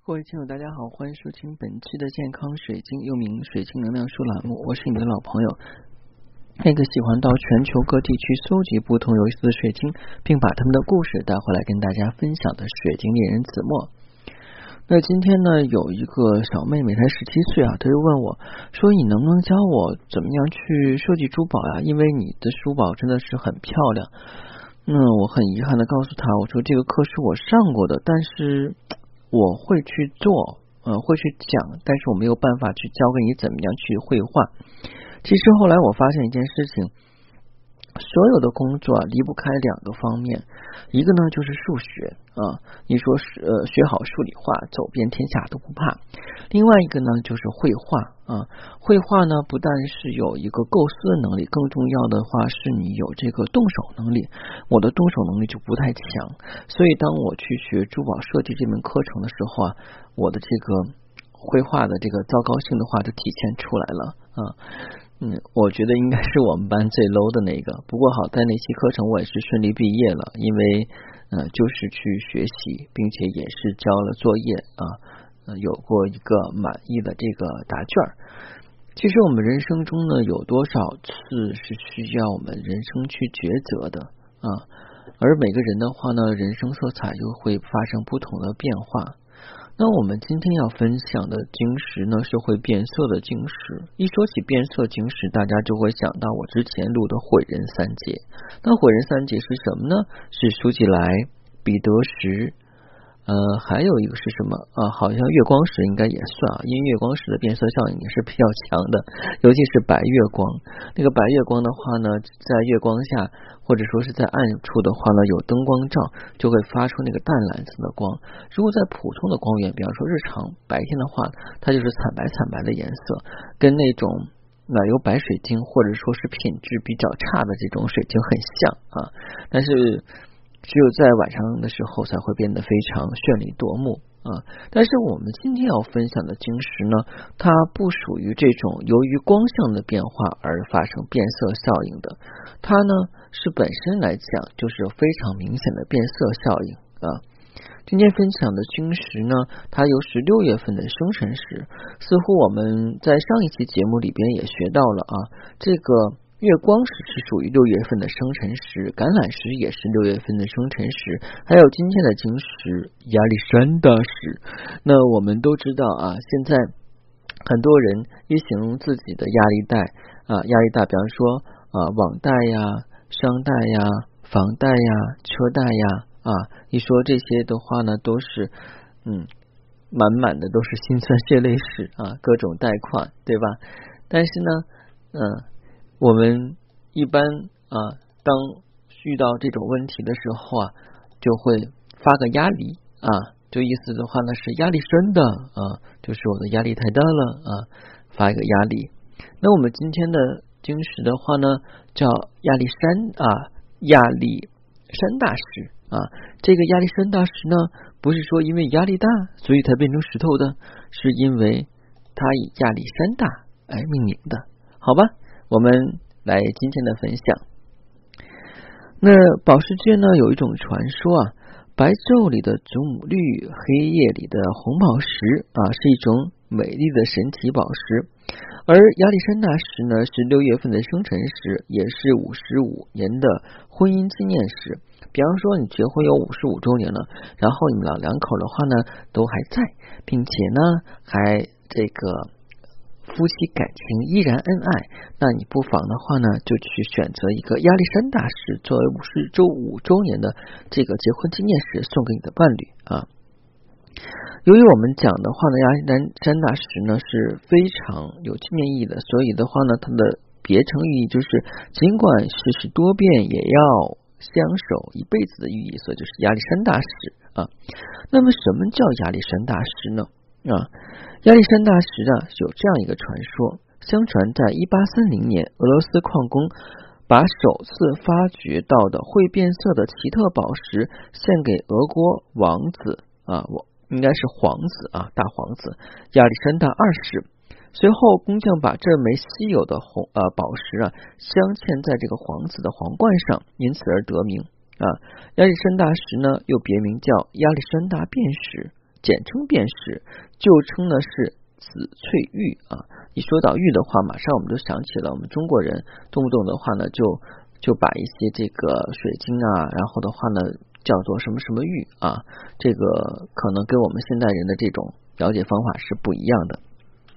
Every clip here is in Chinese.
各位听友大家好，欢迎收听本期的健康水晶，又名水晶能量书栏目，我是你们的老朋友，那个喜欢到全球各地去搜集不同有意思的水晶，并把他们的故事带回来跟大家分享的水晶猎人子墨。那今天呢，有一个小妹妹才17岁啊，她就问我说，你能不能教我怎么样去设计珠宝呀？因为你的珠宝真的是很漂亮。我很遗憾的告诉她，我说这个课是我上过的，但是我会去做，会去讲，但是我没有办法去教给你怎么样去绘画。其实后来我发现一件事情，所有的工作离不开两个方面，一个呢就是数学你说学好数理化，走遍天下都不怕。另外一个呢就是绘画绘画呢不但是有一个构思的能力，更重要的话是你有这个动手能力。我的动手能力就不太强，所以当我去学珠宝设计这门课程的时候我的这个绘画的这个糟糕性的话就体现出来了我觉得应该是我们班最 low 的那个，不过好在那期课程我也是顺利毕业了，因为就是去学习，并且也是交了作业有过一个满意的这个答卷。其实我们人生中呢，有多少次是需要我们人生去抉择的而每个人的话呢，人生色彩又会发生不同的变化。那我们今天要分享的晶石呢，是会变色的晶石。一说起变色晶石，大家就会想到我之前录的毁人三杰。那毁人三杰是什么呢？是舒吉莱、彼得石还有一个是什么好像月光石应该也算因为月光石的变色效应也是比较强的，尤其是白月光。那个白月光的话呢，在月光下或者说是在暗处的话呢，有灯光照就会发出那个淡蓝色的光。如果在普通的光源，比方说日常白天的话，它就是惨白惨白的颜色，跟那种奶油白水晶或者说是品质比较差的这种水晶很像但是只有在晚上的时候才会变得非常绚丽夺目但是我们今天要分享的晶石呢，它不属于这种由于光向的变化而发生变色效应的，它呢是本身来讲就是非常明显的变色效应今天分享的晶石呢，它又是6月份的生辰石。似乎我们在上一期节目里边也学到了这个月光石是属于6月份的生辰石，橄榄石也是6月份的生辰石，还有今天的晶石亚历山大石。那我们都知道现在很多人也形容自己的压力带压力大，比方说网贷呀、商贷呀、房贷呀、车贷呀一说这些的话呢，都是满满的都是辛酸血泪史各种贷款，对吧？但是呢我们一般当遇到这种问题的时候就会发个压力就意思的话呢是压力山的就是我的压力太大了发一个压力。那我们今天的晶石的话呢，叫亚历山大石这个亚历山大石呢，不是说因为压力大所以才变成石头的，是因为它以亚历山大命名的，好吧？我们来今天的分享。那宝石界呢有一种传说白昼里的祖母绿，黑夜里的红宝石是一种美丽的神奇宝石。而亚历山大石呢是6月份的生辰石，也是55年的婚姻纪念石。比方说你结婚有55周年了，然后你们老两口的话呢都还在，并且呢还这个夫妻感情依然恩爱，那你不妨的话呢就去选择一个亚历山大石作为55周年的这个结婚纪念石送给你的伴侣由于我们讲的话呢，亚历山大石呢是非常有纪念意义的，所以的话呢它的别称寓意就是尽管世事多变也要相守一辈子的寓意，所以就是亚历山大石那么什么叫亚历山大石呢亚历山大石有这样一个传说，相传在1830年俄罗斯矿工把首次发掘到的会变色的奇特宝石献给俄国王子应该是皇子大皇子亚历山大二世。随后工匠把这枚稀有的宝石镶嵌在这个皇子的皇冠上，因此而得名亚历山大石呢又别名叫亚历山大变石， 简称辨识，旧称呢是紫翠玉啊。一说到玉的话，马上我们就想起了我们中国人动不动的话呢，就把一些这个水晶啊，然后的话呢叫做什么什么玉啊，这个可能跟我们现代人的这种了解方法是不一样的。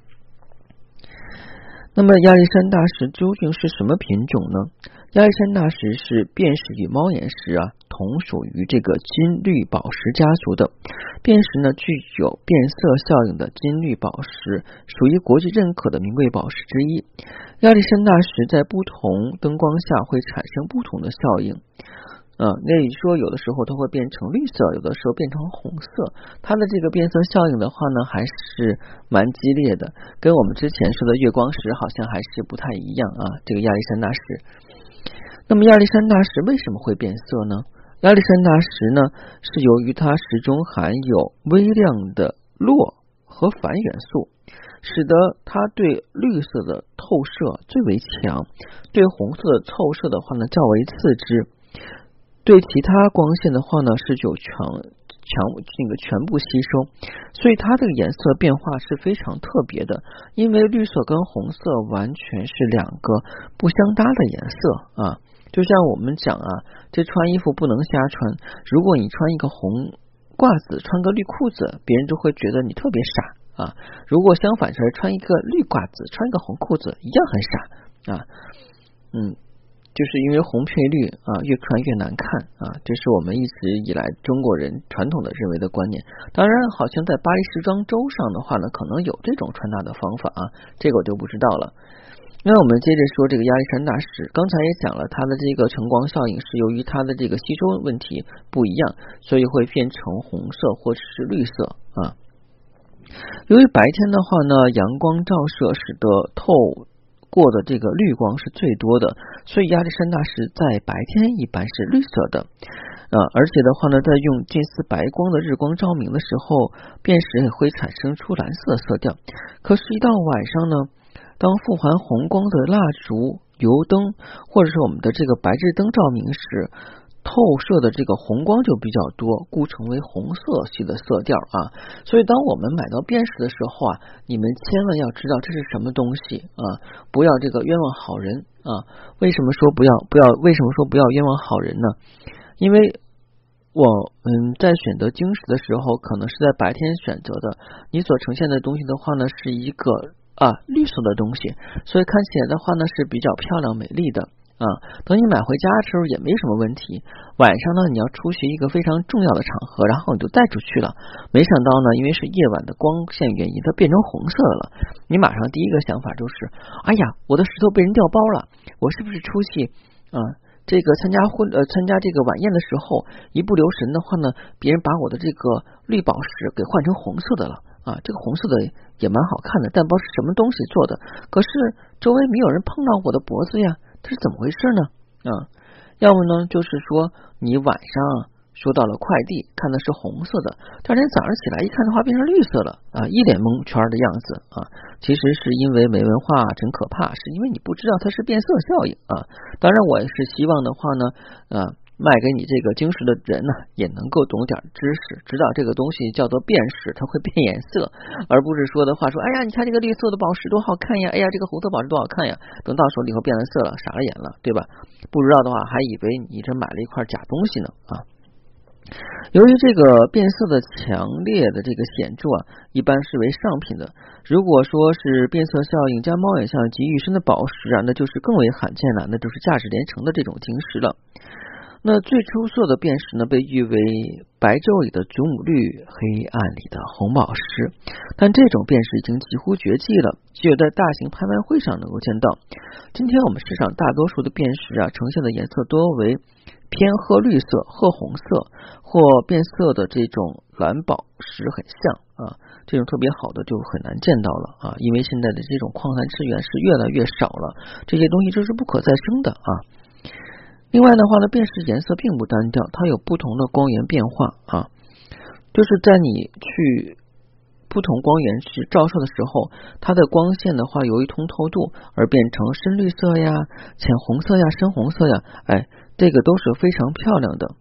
那么亚历山大石究竟是什么品种呢？亚历山大石是辨识与猫眼石啊同属于这个金绿宝石家族的。辨识呢具有变色效应的金绿宝石，属于国际认可的名贵宝石之一。亚历山大石在不同灯光下会产生不同的效应。那也说有的时候它会变成绿色，有的时候变成红色，它的这个变色效应的话呢还是蛮激烈的，跟我们之前说的月光石好像还是不太一样啊，这个亚历山大石。那么亚历山大石为什么会变色呢？亚历山大石呢是由于它石中含有微量的铬和钒元素，使得它对绿色的透射最为强，对红色的透射的话呢较为次之，对其他光线的话呢是有全部吸收，所以它这个颜色变化是非常特别的。因为绿色跟红色完全是两个不相搭的颜色啊，就像我们讲啊，这穿衣服不能瞎穿，如果你穿一个红褂子穿个绿裤子，别人就会觉得你特别傻啊。如果相反是穿一个绿褂子穿一个红裤子，一样很傻啊。就是因为红配绿啊，越穿越难看啊，这是我们一直以来中国人传统的认为的观念。当然好像在巴黎时装周上的话呢，可能有这种穿搭的方法啊，这个我就不知道了。那我们接着说这个亚历山大石，刚才也讲了它的这个晨光效应是由于它的这个吸收问题不一样，所以会变成红色或者是绿色啊。由于白天的话呢，阳光照射使得透过的这个绿光是最多的，所以亚历山大石在白天一般是绿色的而且的话呢，在用近似白光的日光照明的时候，辨识也会产生出蓝色色调。可是，一到晚上呢，当富含红光的蜡烛、油灯或者是我们的这个白炽灯照明时，透射的这个红光就比较多，故成为红色系的色调啊。所以当我们买到辨识的时候啊，你们千万要知道这是什么东西啊，不要这个冤枉好人啊。为什么说不要冤枉好人呢？因为我们在选择晶石的时候，可能是在白天选择的，你所呈现的东西的话呢，是一个绿色的东西，所以看起来的话呢是比较漂亮美丽的。等你买回家的时候也没什么问题。晚上呢，你要出席一个非常重要的场合，然后你就带出去了。没想到呢，因为是夜晚的光线原因，它变成红色了。你马上第一个想法就是，哎呀，我的石头被人调包了，我是不是出去这个参加这个晚宴的时候，一不留神的话呢，别人把我的这个绿宝石给换成红色的了这个红色的也蛮好看的，但不知道是什么东西做的。可是周围没有人碰到我的脖子呀。这是怎么回事呢？要么呢，就是说你晚上收到了快递，看的是红色的，第二天早上起来一看的话变成绿色了一脸蒙圈的样子其实是因为没文化真可怕，是因为你不知道它是变色效应当然我也是希望的话呢卖给你这个晶石的人呢，也能够懂点知识，知道这个东西叫做辨识，它会变颜色，而不是说的话说，哎呀，你看这个绿色的宝石多好看呀，哎呀，这个红色宝石多好看呀，等到手里以后变了色了，傻了眼了，对吧？不知道的话，还以为你这买了一块假东西呢由于这个变色的强烈的这个显著一般视为上品的。如果说是变色效应加猫眼效应及玉身的宝石那就是更为罕见了，那就是价值连城的这种晶石了。那最出色的辨识呢，被誉为白昼里的祖母绿，黑暗里的红宝石。但这种辨识已经几乎绝迹了，只有在大型拍卖会上能够见到。今天我们市场大多数的辨识呈现的颜色多为偏褐绿色、褐红色或变色的这种蓝宝石很像这种特别好的就很难见到了因为现在的这种矿产资源是越来越少了，这些东西就是不可再生的另外的话呢，辨识颜色并不单调，它有不同的光源变化就是在你去不同光源去照射的时候，它的光线的话由于通透度而变成深绿色呀、浅红色呀、深红色呀，这个都是非常漂亮的。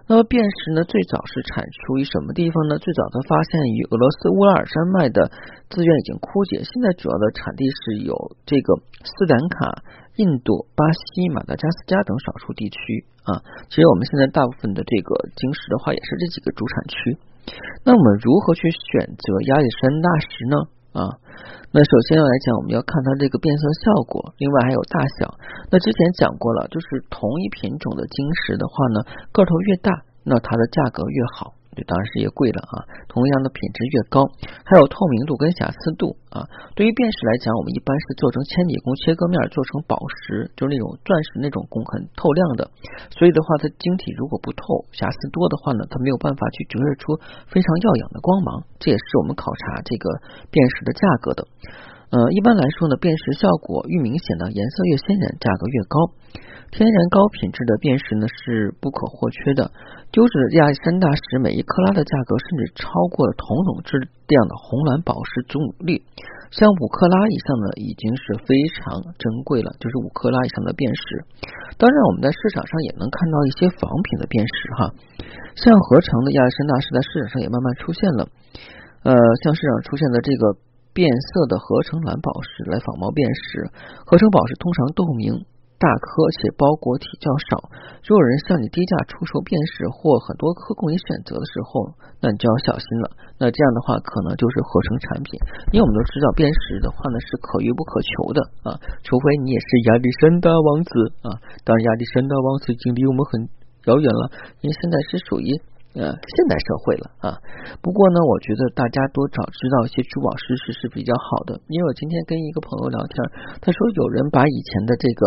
那么辨识呢，最早是产出于什么地方呢？最早的发现于俄罗斯乌拉尔山脉的资源已经枯竭，现在主要的产地是有这个斯兰卡、印度、巴西、马达加斯加等少数地区啊。其实我们现在大部分的这个晶石的话，也是这几个主产区。那我们如何去选择亚历山大石呢？那首先来讲，我们要看它这个变色效果，另外还有大小。那之前讲过了，就是同一品种的晶石的话呢，个头越大，那它的价格越好，这当然是越贵了啊。同样的品质越高，还有透明度跟瑕疵度啊。对于辨识来讲，我们一般是做成铅底工切割面，做成宝石，就是那种钻石那种工很透亮的。所以的话，它晶体如果不透，瑕疵多的话呢，它没有办法去折射出非常耀眼的光芒。这也是我们考察这个辨识的价格的。一般来说呢，辨识效果越明显呢，颜色越鲜艳，价格越高。天然高品质的辨识呢是不可或缺的。优质的亚历山大石每一克拉的价格甚至超过了同种质量的红蓝宝石总率，像5克拉以上呢已经是非常珍贵了，就是5克拉以上的辨识。当然我们在市场上也能看到一些仿品的辨识哈，像合成的亚历山大石在市场上也慢慢出现了，像市场出现的这个变色的合成蓝宝石来仿冒辨识。合成宝石通常透明大颗且包裹体较少，如果有人向你低价出售辨识或很多颗供你选择的时候，那你就要小心了。那这样的话可能就是合成产品，因为我们都知道辨识的话呢是可遇不可求的啊，除非你也是亚历山大王子啊。当然亚历山大王子已经离我们很遥远了，因为现在是属于现代社会了啊。不过呢，我觉得大家多找知道一些珠宝知识是比较好的。因为我今天跟一个朋友聊天，他说有人把以前的这个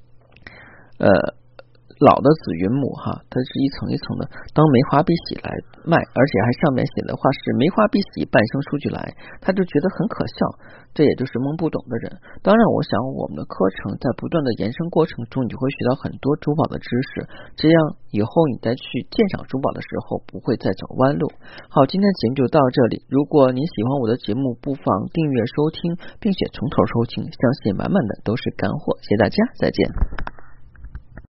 老的紫云母哈，它是一层一层的当梅花碧玺来卖，而且还上面写的话是梅花碧玺半生数据来，他就觉得很可笑。这也就是懵不懂的人。当然我想我们的课程在不断的延伸过程中，你会学到很多珠宝的知识，这样以后你再去鉴赏珠宝的时候不会再走弯路。好，今天节目就到这里。如果您喜欢我的节目，不妨订阅收听并且从头收听，相信满满的都是干货。谢谢大家，再见。